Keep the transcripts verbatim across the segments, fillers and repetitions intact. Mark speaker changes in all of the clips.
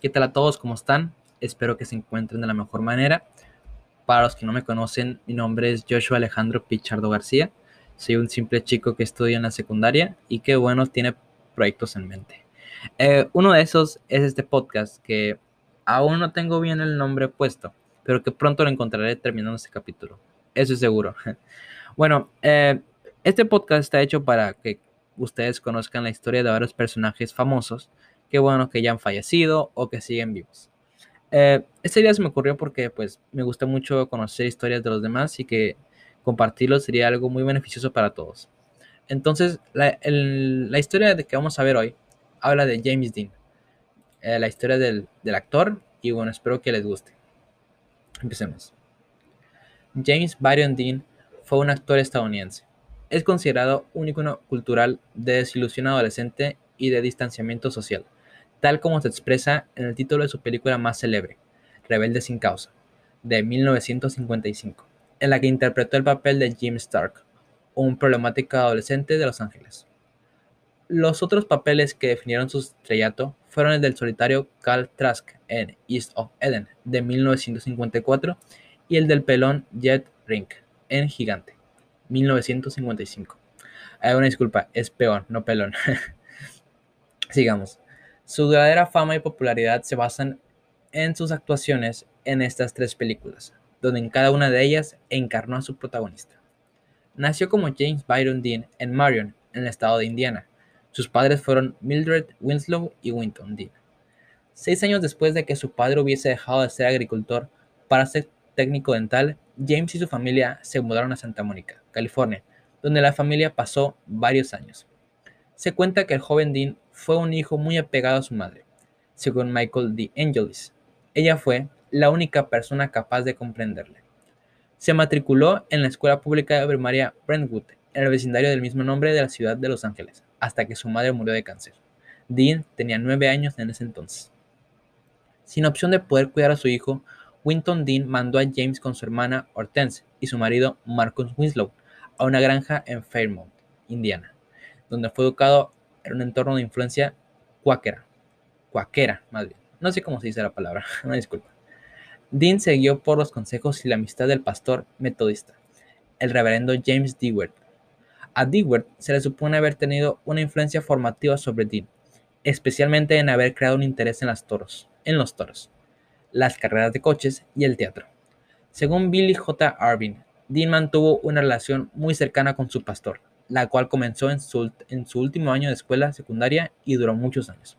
Speaker 1: ¿Qué tal a todos? ¿Cómo están? Espero que se encuentren de la mejor manera. Para los que no me conocen, mi nombre es Joshua Alejandro Pichardo García. Soy un simple chico que estudia en la secundaria y que, bueno, tiene proyectos en mente. Eh, uno de esos es este podcast que aún no tengo bien el nombre puesto, pero que pronto lo encontraré terminando este capítulo. Eso es seguro. Bueno, eh, este podcast está hecho para que ustedes conozcan la historia de varios personajes famosos que, bueno, que ya han fallecido o que siguen vivos. Eh, esta idea se me ocurrió porque pues me gusta mucho conocer historias de los demás y que compartirlo sería algo muy beneficioso para todos. Entonces, la, el- la historia de que vamos a ver hoy habla de James Dean, eh, la historia del, del actor, y bueno, espero que les guste. Empecemos. James Byron Dean fue un actor estadounidense. Es considerado un icono cultural de desilusión adolescente y de distanciamiento social, tal como se expresa en el título de su película más célebre, Rebelde sin causa, de mil novecientos cincuenta y cinco, en la que interpretó el papel de Jim Stark, un problemático adolescente de Los Ángeles. Los otros papeles que definieron su estrellato fueron el del solitario Cal Trask en East of Eden de mil novecientos cincuenta y cuatro y el del pelón Jet Rink en Gigante mil novecientos cincuenta y cinco. Hay una disculpa, es peón, no pelón. Sigamos. Su duradera fama y popularidad se basan en sus actuaciones en estas tres películas, donde en cada una de ellas encarnó a su protagonista. Nació como James Byron Dean en Marion, en el estado de Indiana. Sus padres fueron Mildred Winslow y Winton Dean. Seis años después de que su padre hubiese dejado de ser agricultor para ser técnico dental, James y su familia se mudaron a Santa Mónica, California, donde la familia pasó varios años. Se cuenta que el joven Dean fue un hijo muy apegado a su madre, según Michael D. Angelis. Ella fue la única persona capaz de comprenderle. Se matriculó en la escuela pública de primaria Brentwood, en el vecindario del mismo nombre de la ciudad de Los Ángeles, hasta que su madre murió de cáncer. Dean tenía nueve años en ese entonces. Sin opción de poder cuidar a su hijo, Winton Dean mandó a James con su hermana Hortense y su marido Marcus Winslow a una granja en Fairmount, Indiana, donde fue educado en un entorno de influencia cuáquera, cuáquera más bien. No sé cómo se dice la palabra, una disculpa. Dean se guió por los consejos y la amistad del pastor metodista, el reverendo James Dewar. A Dewar se le supone haber tenido una influencia formativa sobre Dean, especialmente en haber creado un interés en, las toros, en los toros, las carreras de coches y el teatro. Según Billy J. Arvin, Dean mantuvo una relación muy cercana con su pastor, la cual comenzó en su, en su último año de escuela secundaria y duró muchos años.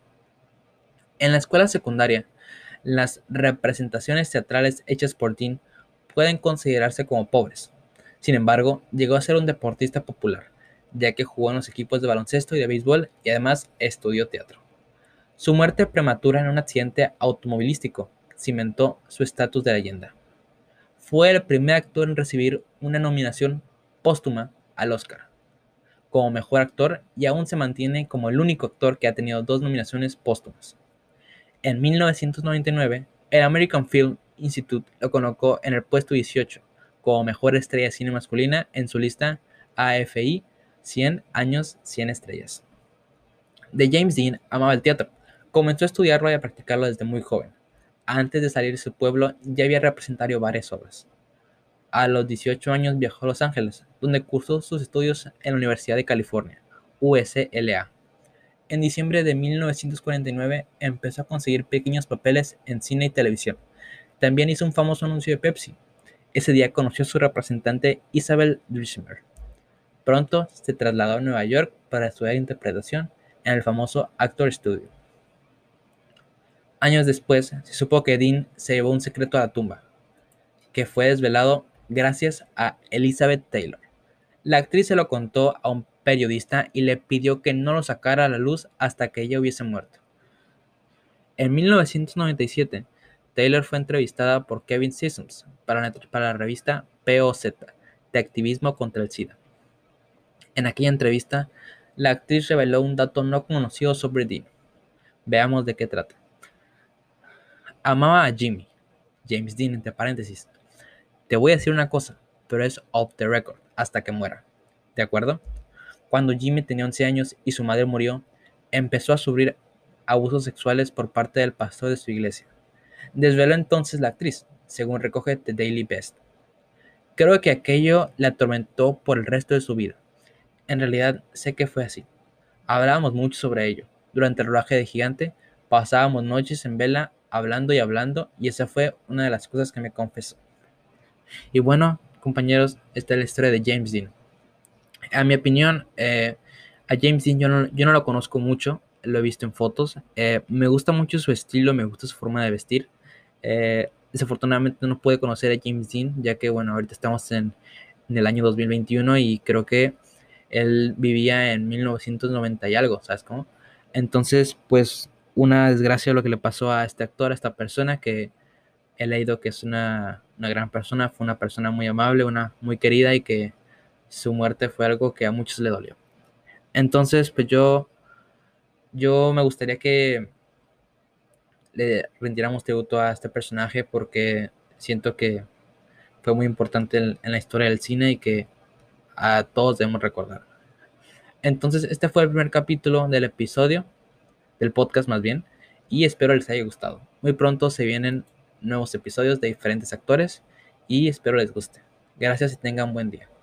Speaker 1: En la escuela secundaria, las representaciones teatrales hechas por Dean pueden considerarse como pobres. Sin embargo, llegó a ser un deportista popular, ya que jugó en los equipos de baloncesto y de béisbol y además estudió teatro. Su muerte prematura en un accidente automovilístico cimentó su estatus de leyenda. Fue el primer actor en recibir una nominación póstuma al Oscar como mejor actor y aún se mantiene como el único actor que ha tenido dos nominaciones póstumas. En mil novecientos noventa y nueve, el American Film Institute lo colocó en el puesto dieciocho como mejor estrella de cine masculina en su lista A F I cien años cien estrellas. De James Dean amaba el teatro. Comenzó a estudiarlo y a practicarlo desde muy joven. Antes de salir de su pueblo ya había representado varias obras. A los dieciocho años viajó a Los Ángeles, donde cursó sus estudios en la Universidad de California, U C L A. En diciembre de mil novecientos cuarenta y nueve empezó a conseguir pequeños papeles en cine y televisión. También hizo un famoso anuncio de Pepsi. Ese día conoció a su representante Isabel Drismer. Pronto se trasladó a Nueva York para estudiar interpretación en el famoso Actor Studio. Años después, se supo que Dean se llevó un secreto a la tumba, que fue desvelado gracias a Elizabeth Taylor. La actriz se lo contó a un periodista y le pidió que no lo sacara a la luz hasta que ella hubiese muerto. En mil novecientos noventa y siete, Taylor fue entrevistada por Kevin Sessions para la, para la revista P O Z, de activismo contra el SIDA. En aquella entrevista, la actriz reveló un dato no conocido sobre Dean. Veamos de qué trata. Amaba a Jimmy, James Dean entre paréntesis. Te voy a decir una cosa, pero es off the record, hasta que muera. ¿De acuerdo? Cuando Jimmy tenía once años y su madre murió, empezó a sufrir abusos sexuales por parte del pastor de su iglesia. Desveló entonces la actriz, según recoge The Daily Beast. Creo que aquello la atormentó por el resto de su vida. En realidad sé que fue así. Hablábamos mucho sobre ello. Durante el rodaje de Gigante, pasábamos noches en vela hablando y hablando, y esa fue una de las cosas que me confesó. Y bueno, compañeros, esta es la historia de James Dean. A mi opinión, eh, a James Dean yo no, yo no lo conozco mucho, lo he visto en fotos. Eh, me gusta mucho su estilo, me gusta su forma de vestir. Eh, desafortunadamente no pude conocer a James Dean, ya que bueno, ahorita estamos en, en el año dos mil veintiuno y creo que él vivía en mil novecientos noventa y algo, ¿sabes cómo? Entonces, pues una desgracia lo que le pasó a este actor, a esta persona que he leído que es una, una gran persona, fue una persona muy amable, una muy querida y que su muerte fue algo que a muchos le dolió. Entonces, pues yo, yo me gustaría que le rindiéramos tributo a este personaje porque siento que fue muy importante en, en la historia del cine y que a todos debemos recordar. Entonces, este fue el primer capítulo del episodio, del podcast más bien, y espero les haya gustado. Muy pronto se vienen nuevos episodios de diferentes actores y espero les guste. Gracias y tengan buen día.